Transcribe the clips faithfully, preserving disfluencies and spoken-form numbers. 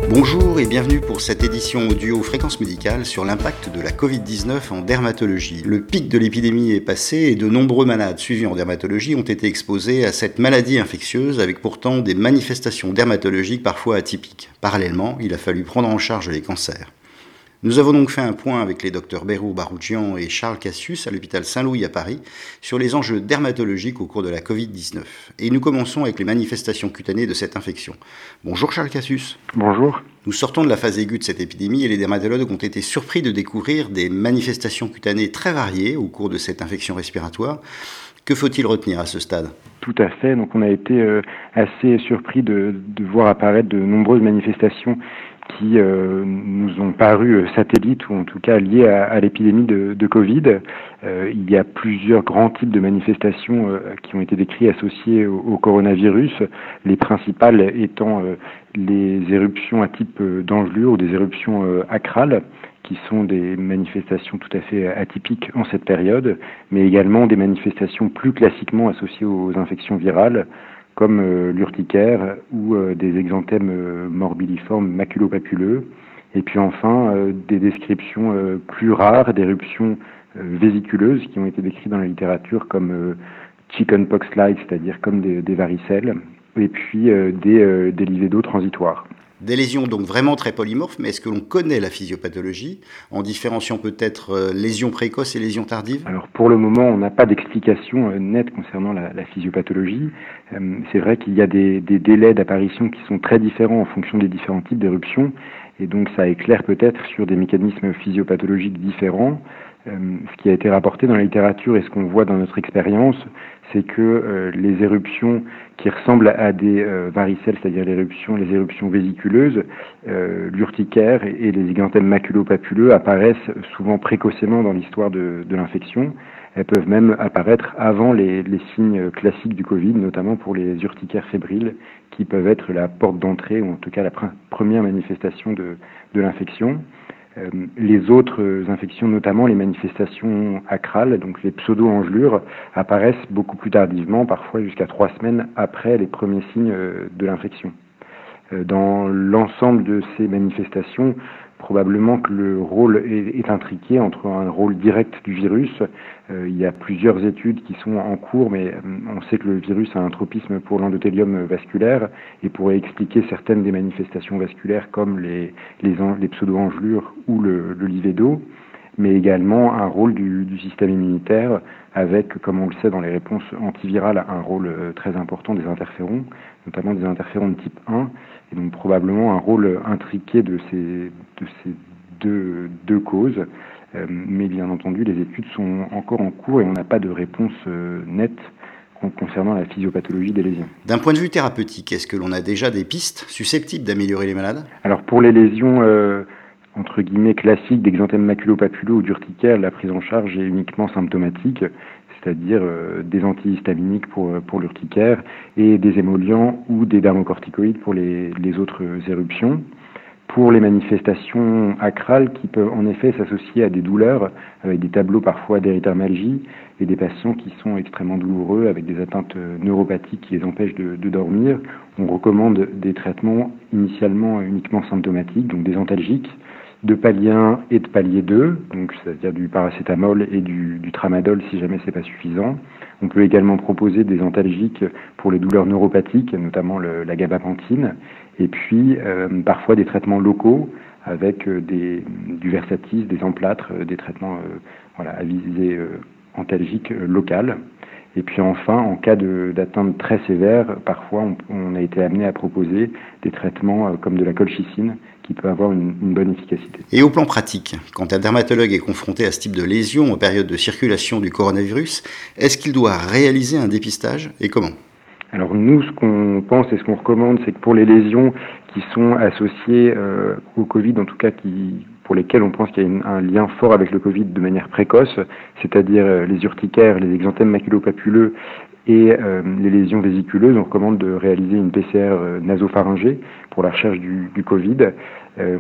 Bonjour et bienvenue pour cette édition audio Fréquence Médicale sur l'impact de la covid dix-neuf en dermatologie. Le pic de l'épidémie est passé et de nombreux malades suivis en dermatologie ont été exposés à cette maladie infectieuse avec pourtant des manifestations dermatologiques parfois atypiques. Parallèlement, il a fallu prendre en charge les cancers. Nous avons donc fait un point avec les docteurs Berhoud Barouchian et Charles Cassius à l'hôpital Saint-Louis à Paris sur les enjeux dermatologiques au cours de la covid dix-neuf. Et nous commençons avec les manifestations cutanées de cette infection. Bonjour Charles Cassius. Bonjour. Nous sortons de la phase aiguë de cette épidémie et les dermatologues ont été surpris de découvrir des manifestations cutanées très variées au cours de cette infection respiratoire. Que faut-il retenir à ce stade ? Tout à fait. Donc on a été euh, assez surpris de, de voir apparaître de nombreuses manifestations qui euh, nous ont paru euh, satellites ou en tout cas liées à, à l'épidémie de, de Covid. Euh, il y a plusieurs grands types de manifestations euh, qui ont été décrits associés au, au coronavirus, les principales étant euh, les éruptions à type euh, d'engelure ou des éruptions euh, acrales, qui sont des manifestations tout à fait atypiques en cette période, mais également des manifestations plus classiquement associées aux infections virales, comme euh, l'urticaire ou euh, des exanthèmes euh, morbilliformes maculopapuleux. Et puis enfin, euh, des descriptions euh, plus rares d'éruptions euh, vésiculeuses qui ont été décrites dans la littérature comme euh, chickenpox-like, c'est-à-dire comme des, des varicelles, et puis euh, des, euh, des livédos transitoires. Des lésions donc vraiment très polymorphes, mais est-ce que l'on connaît la physiopathologie en différenciant peut-être euh, lésions précoces et lésions tardives ? Alors pour le moment, on n'a pas d'explication euh, nette concernant la, la physiopathologie. Euh, c'est vrai qu'il y a des, des délais d'apparition qui sont très différents en fonction des différents types d'éruptions, et donc ça éclaire peut-être sur des mécanismes physiopathologiques différents. Euh, ce qui a été rapporté dans la littérature et ce qu'on voit dans notre expérience, c'est que euh, les éruptions qui ressemblent à des euh, varicelles, c'est-à-dire les éruptions, les éruptions vésiculeuses, euh, l'urticaire et, et les exanthèmes maculopapuleux apparaissent souvent précocement dans l'histoire de, de l'infection. Elles peuvent même apparaître avant les, les signes classiques du Covid, notamment pour les urticaires fébriles, qui peuvent être la porte d'entrée, ou en tout cas la pr- première manifestation de, de l'infection. Euh, les autres infections, notamment les manifestations acrales, donc les pseudo-engelures, apparaissent beaucoup plus tardivement, parfois jusqu'à trois semaines après les premiers signes de l'infection. Euh, dans l'ensemble de ces manifestations, probablement que le rôle est, est intriqué entre un rôle direct du virus. Euh, il y a plusieurs études qui sont en cours, mais euh, on sait que le virus a un tropisme pour l'endothélium vasculaire et pourrait expliquer certaines des manifestations vasculaires comme les, les, les pseudo-engelures ou le, le livédo, mais également un rôle du, du système immunitaire avec, comme on le sait dans les réponses antivirales, un rôle très important des interférons, notamment des interférons de type un, et donc probablement un rôle intriqué de ces, de ces deux, deux causes. Euh, mais bien entendu, les études sont encore en cours et on n'a pas de réponse euh, nette concernant la physiopathologie des lésions. D'un point de vue thérapeutique, est-ce que l'on a déjà des pistes susceptibles d'améliorer les malades ? Alors pour les lésions euh, entre guillemets classiques d'exanthème maculopapuleux ou d'urticaire, la prise en charge est uniquement symptomatique, c'est-à-dire euh, des antihistaminiques pour, pour l'urticaire et des émollients ou des dermocorticoïdes pour les, les autres éruptions. Pour les manifestations acrales qui peuvent en effet s'associer à des douleurs, avec des tableaux parfois d'érythermalgie et des patients qui sont extrêmement douloureux avec des atteintes neuropathiques qui les empêchent de, de dormir, on recommande des traitements initialement uniquement symptomatiques, donc des antalgiques, de palier un et de palier deux, donc c'est-à-dire du paracétamol et du, du tramadol si jamais c'est pas suffisant. On peut également proposer des antalgiques pour les douleurs neuropathiques, notamment le, la gabapentine, et puis euh, parfois des traitements locaux avec euh, des, du Versatis, des emplâtres, euh, des traitements euh, voilà, à visée euh, antalgique euh, locale. Et puis enfin, en cas de, d'atteinte très sévère, parfois on, on a été amené à proposer des traitements euh, comme de la colchicine qui peut avoir une, une bonne efficacité. Et au plan pratique, quand un dermatologue est confronté à ce type de lésion en période de circulation du coronavirus, est-ce qu'il doit réaliser un dépistage et comment ? Alors nous, ce qu'on pense et ce qu'on recommande, c'est que pour les lésions qui sont associées euh, au Covid, en tout cas qui, pour lesquelles on pense qu'il y a une, un lien fort avec le Covid de manière précoce, c'est-à-dire euh, les urticaires, les exanthèmes maculopapuleux et euh, les lésions vésiculeuses, on recommande de réaliser une P C R euh, nasopharyngée pour la recherche du, du Covid. Euh,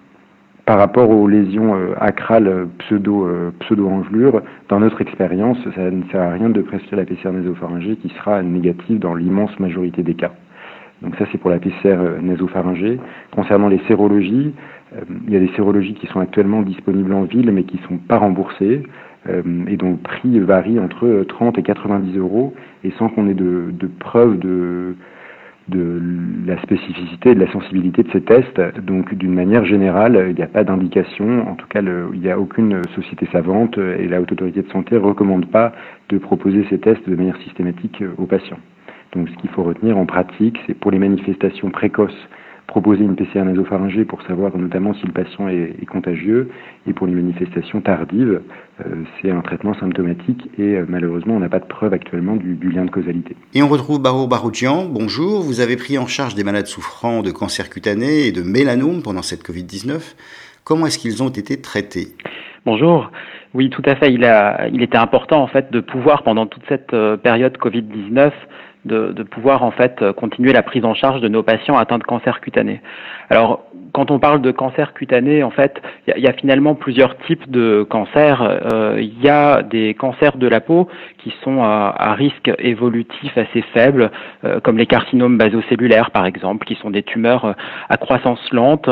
Par rapport aux lésions euh, acrales pseudo, euh, pseudo-engelures, dans notre expérience, ça ne sert à rien de prescrire la P C R nasopharyngée qui sera négative dans l'immense majorité des cas. Donc ça, c'est pour la P C R nasopharyngée. Concernant les sérologies, euh, il y a des sérologies qui sont actuellement disponibles en ville, mais qui ne sont pas remboursées, euh, et dont le prix varie entre trente et quatre-vingt-dix euros, et sans qu'on ait de, de preuves de, de la spécificité et de la sensibilité de ces tests. Donc, d'une manière générale, il n'y a pas d'indication. En tout cas, le, il n'y a aucune société savante, et la Haute Autorité de Santé ne recommande pas de proposer ces tests de manière systématique aux patients. Donc, ce qu'il faut retenir en pratique, c'est pour les manifestations précoces, proposer une P C R nasopharyngée pour savoir notamment si le patient est, est contagieux, et pour les manifestations tardives, euh, c'est un traitement symptomatique, et euh, malheureusement, on n'a pas de preuve actuellement du, du lien de causalité. Et on retrouve Barour Baroudjian. Bonjour, vous avez pris en charge des malades souffrant de cancer cutané et de mélanome pendant cette covid dix-neuf. Comment est-ce qu'ils ont été traités ? Bonjour. Oui, tout à fait. Il, a, il était important en fait de pouvoir, pendant toute cette euh, période covid dix-neuf, De, de pouvoir en fait continuer la prise en charge de nos patients atteints de cancer cutané. Alors, quand on parle de cancer cutané, en fait, il y, y a finalement plusieurs types de cancers. Euh, il y a des cancers de la peau qui sont à, à risque évolutif assez faible, euh, comme les carcinomes basocellulaires, par exemple, qui sont des tumeurs à croissance lente.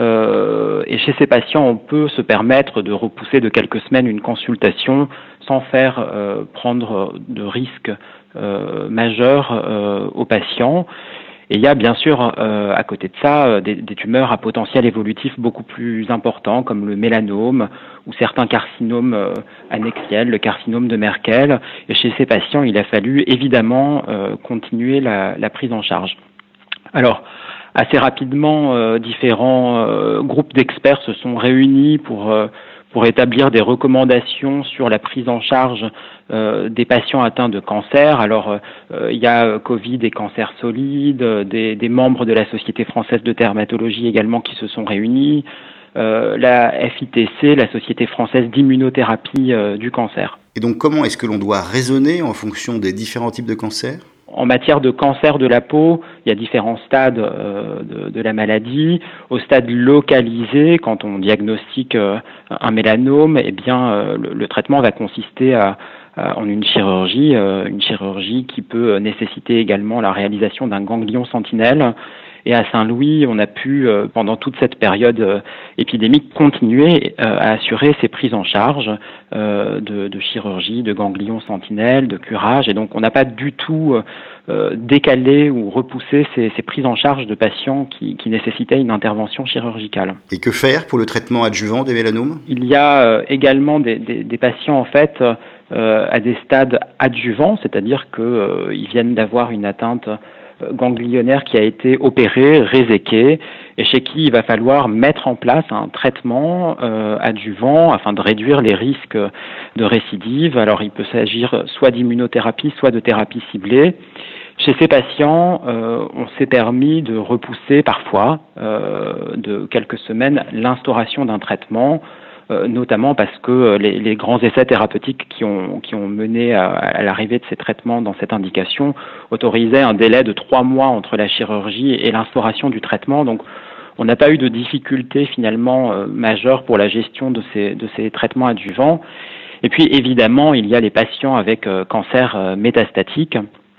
Euh, et chez ces patients, on peut se permettre de repousser de quelques semaines une consultation sans faire euh, prendre de risques Euh, majeur euh, aux patients. Et il y a bien sûr, euh, à côté de ça, euh, des, des tumeurs à potentiel évolutif beaucoup plus important, comme le mélanome ou certains carcinomes euh, annexiels, le carcinome de Merkel. Et chez ces patients, il a fallu évidemment euh, continuer la, la prise en charge. Alors, assez rapidement, euh, différents euh, groupes d'experts se sont réunis pour euh, pour établir des recommandations sur la prise en charge euh, des patients atteints de cancer. Alors, euh, il y a Covid et cancer solide, des, des membres de la Société française de dermatologie également qui se sont réunis, euh, la F I T C, la Société française d'immunothérapie euh, du cancer. Et donc, comment est-ce que l'on doit raisonner en fonction des différents types de cancers ? En matière de cancer de la peau, il y a différents stades euh, de, de la maladie. Au stade localisé, quand on diagnostique euh, un mélanome, eh bien, euh, le, le traitement va consister à, à, en une chirurgie, euh, une chirurgie qui peut nécessiter également la réalisation d'un ganglion sentinelle. Et à Saint-Louis, on a pu, euh, pendant toute cette période euh, épidémique, continuer euh, à assurer ces prises en charge euh, de, de chirurgie, de ganglions sentinelles, de curage. Et donc, on n'a pas du tout euh, décalé ou repoussé ces, ces prises en charge de patients qui, qui nécessitaient une intervention chirurgicale. Et que faire pour le traitement adjuvant des mélanomes ? Il y a euh, également des, des, des patients, en fait, euh, à des stades adjuvants, c'est-à-dire qu'ils euh, viennent d'avoir une atteinte ganglionnaire qui a été opéré, réséqué, et chez qui il va falloir mettre en place un traitement euh, adjuvant afin de réduire les risques de récidive. Alors il peut s'agir soit d'immunothérapie, soit de thérapie ciblée. Chez ces patients, euh, on s'est permis de repousser parfois euh, de quelques semaines l'instauration d'un traitement, Euh, notamment parce que euh, les, les grands essais thérapeutiques qui ont, qui ont mené à, à l'arrivée de ces traitements dans cette indication autorisaient un délai de trois mois entre la chirurgie et l'instauration du traitement. Donc, on n'a pas eu de difficultés finalement euh, majeures pour la gestion de ces, de ces traitements adjuvants. Et puis, évidemment, il y a les patients avec euh, cancer euh, métastatique.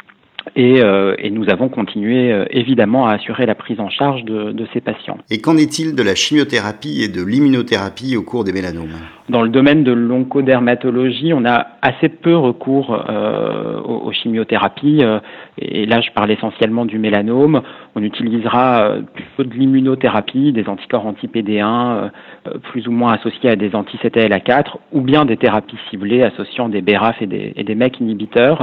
Et, euh, et nous avons continué euh, évidemment à assurer la prise en charge de, de ces patients. Et qu'en est-il de la chimiothérapie et de l'immunothérapie au cours des mélanomes ? Dans le domaine de l'oncodermatologie, on a assez peu recours euh, aux, aux chimiothérapies. Euh, et là, je parle essentiellement du mélanome. On utilisera euh, plutôt de l'immunothérapie, des anticorps anti-P D un, euh, plus ou moins associés à des anti-C T L A quatre, ou bien des thérapies ciblées associant des B R A F et des, et des M E C inhibiteurs.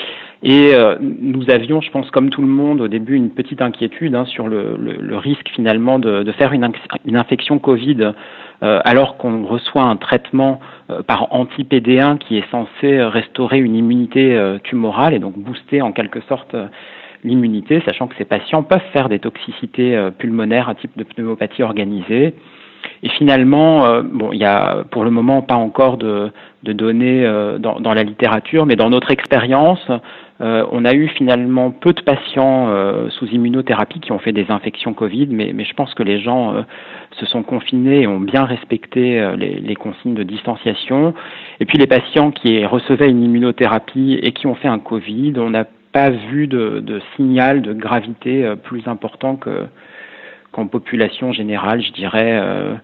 Et euh, nous avions, je pense, comme tout le monde, au début, une petite inquiétude hein, sur le, le, le risque finalement de, de faire une, une infection Covid euh, alors qu'on reçoit un traitement euh, par anti-P D un qui est censé restaurer une immunité euh, tumorale et donc booster en quelque sorte euh, l'immunité, sachant que ces patients peuvent faire des toxicités euh, pulmonaires à type de pneumopathie organisée. Et finalement, euh, bon, il y a pour le moment pas encore de, de données euh, dans, dans la littérature, mais dans notre expérience, euh, on a eu finalement peu de patients euh, sous immunothérapie qui ont fait des infections Covid, mais, mais je pense que les gens euh, se sont confinés et ont bien respecté euh, les, les consignes de distanciation. Et puis les patients qui recevaient une immunothérapie et qui ont fait un Covid, on a pas vu de, de signal de gravité euh, plus important que, qu'en population générale, je dirais, euh,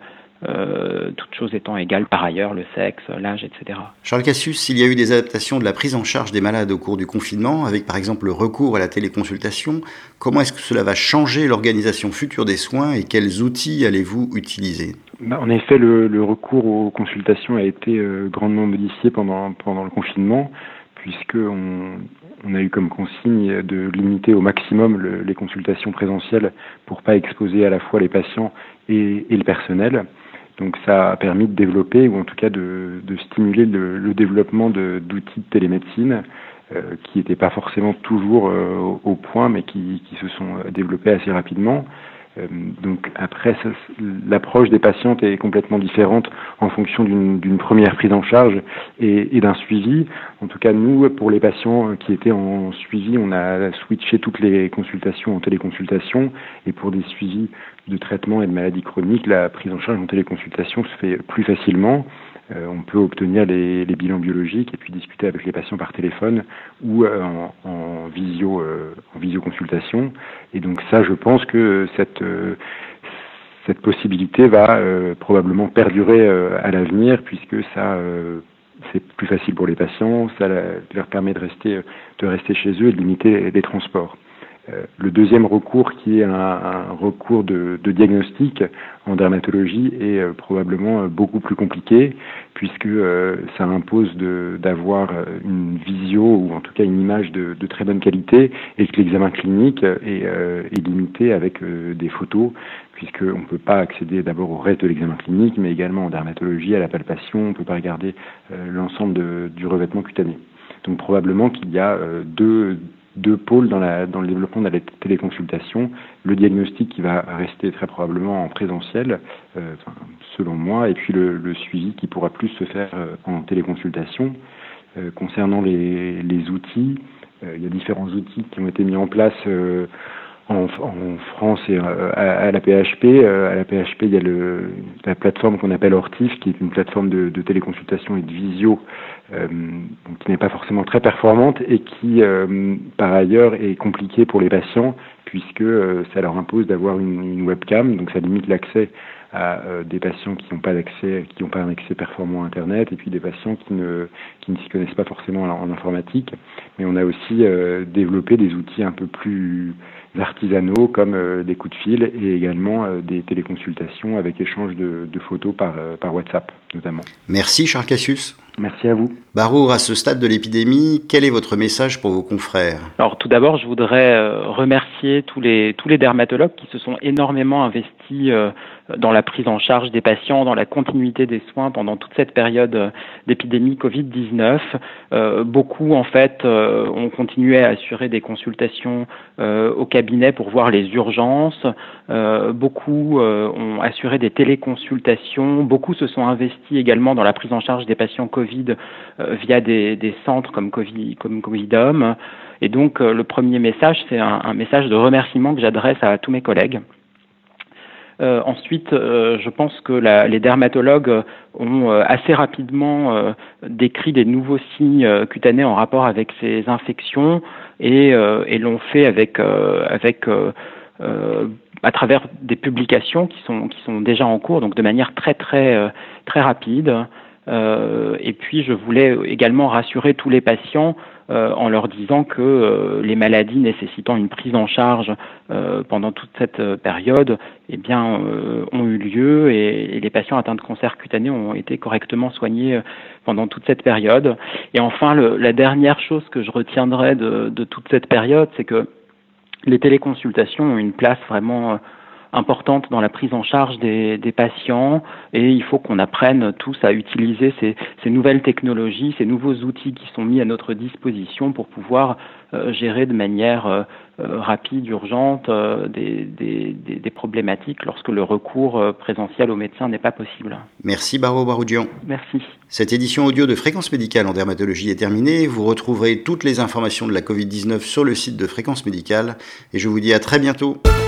euh, toutes choses étant égales par ailleurs, le sexe, l'âge, et cetera. Charles Cassius, il y a eu des adaptations de la prise en charge des malades au cours du confinement, avec par exemple le recours à la téléconsultation. Comment est-ce que cela va changer l'organisation future des soins et quels outils allez-vous utiliser ? En effet, le, le recours aux consultations a été euh, grandement modifié pendant, pendant le confinement, puisqu'on on a eu comme consigne de limiter au maximum le, les consultations présentielles pour pas exposer à la fois les patients et, et le personnel. Donc ça a permis de développer, ou en tout cas de, de stimuler le, le développement de, d'outils de télémédecine euh, qui n'étaient pas forcément toujours euh, au, au point, mais qui, qui se sont développés assez rapidement. Euh, donc après, ça, l'approche des patientes est complètement différente en fonction d'une, d'une première prise en charge et, et d'un suivi. En tout cas, nous, pour les patients qui étaient en suivi, on a switché toutes les consultations en téléconsultation, et pour des suivis de traitement et de maladies chroniques, la prise en charge en téléconsultation se fait plus facilement. Euh, on peut obtenir les, les bilans biologiques et puis discuter avec les patients par téléphone ou euh, en, en visio, euh, en visioconsultation. Et donc ça, je pense que cette euh, cette possibilité va euh, probablement perdurer euh, à l'avenir, puisque ça euh, c'est plus facile pour les patients, ça la, leur permet de rester de rester chez eux et de limiter les transports. Euh, le deuxième recours, qui est un, un recours de, de diagnostic en dermatologie, est euh, probablement euh, beaucoup plus compliqué, puisque euh, ça impose de, d'avoir une visio, ou en tout cas une image de, de très bonne qualité, et que l'examen clinique est, euh, est limité avec euh, des photos, puisqu'on ne peut pas accéder d'abord au reste de l'examen clinique, mais également en dermatologie, à la palpation, on ne peut pas regarder euh, l'ensemble de, du revêtement cutané. Donc probablement qu'il y a euh, deux deux pôles dans, la, dans le développement de la téléconsultation, le diagnostic qui va rester très probablement en présentiel, euh, enfin, selon moi, et puis le, le suivi qui pourra plus se faire euh, en téléconsultation. Euh, concernant les, les outils, euh, il y a différents outils qui ont été mis en place euh, en, en France et euh, à, à la P H P. Euh, à la P H P, il y a le, la plateforme qu'on appelle Ortif, qui est une plateforme de, de téléconsultation et de visio, Euh, donc qui n'est pas forcément très performante et qui, euh, par ailleurs, est compliquée pour les patients, puisque euh, ça leur impose d'avoir une, une webcam, donc ça limite l'accès à euh, des patients qui n'ont pas d'accès, qui n'ont pas un accès performant à Internet, et puis des patients qui ne qui ne s'y connaissent pas forcément en, en informatique. Mais on a aussi euh, développé des outils un peu plus artisanaux, comme euh, des coups de fil, et également euh, des téléconsultations avec échange de, de photos par euh, par WhatsApp, notamment. Merci Charles Cassius. Merci à vous. Barour, à ce stade de l'épidémie, quel est votre message pour vos confrères ? Alors tout d'abord, je voudrais euh, remercier tous les tous les dermatologues qui se sont énormément investis euh, dans la prise en charge des patients, dans la continuité des soins pendant toute cette période euh, d'épidémie covid dix-neuf. Euh, beaucoup en fait euh, ont continué à assurer des consultations euh, au cabinet pour voir les urgences. Euh, beaucoup euh, ont assuré des téléconsultations. Beaucoup se sont investis également dans la prise en charge des patients Covid euh, via des, des centres comme Covid, comme Covidom. Et donc euh, le premier message, c'est un, un message de remerciement que j'adresse à tous mes collègues. Euh, ensuite, euh, je pense que la, les dermatologues ont euh, assez rapidement euh, décrit des nouveaux signes euh, cutanés en rapport avec ces infections et, euh, et l'ont fait avec euh, avec euh, euh, à travers des publications qui sont qui sont déjà en cours, donc de manière très très euh, très rapide. Euh, et puis, je voulais également rassurer tous les patients euh, en leur disant que euh, les maladies nécessitant une prise en charge euh, pendant toute cette euh, période, eh bien, euh, ont eu lieu et, et les patients atteints de cancer cutané ont été correctement soignés euh, pendant toute cette période. Et enfin, le, la dernière chose que je retiendrai de, de toute cette période, c'est que les téléconsultations ont une place vraiment euh, importante dans la prise en charge des, des patients, et il faut qu'on apprenne tous à utiliser ces, ces nouvelles technologies, ces nouveaux outils qui sont mis à notre disposition pour pouvoir euh, gérer de manière euh, rapide, urgente, euh, des, des, des, des problématiques lorsque le recours euh, présentiel aux médecins n'est pas possible. Merci Barour Baroudian. Merci. Cette édition audio de Fréquence Médicale en dermatologie est terminée. Vous retrouverez toutes les informations de la covid dix-neuf sur le site de Fréquence Médicale et je vous dis à très bientôt.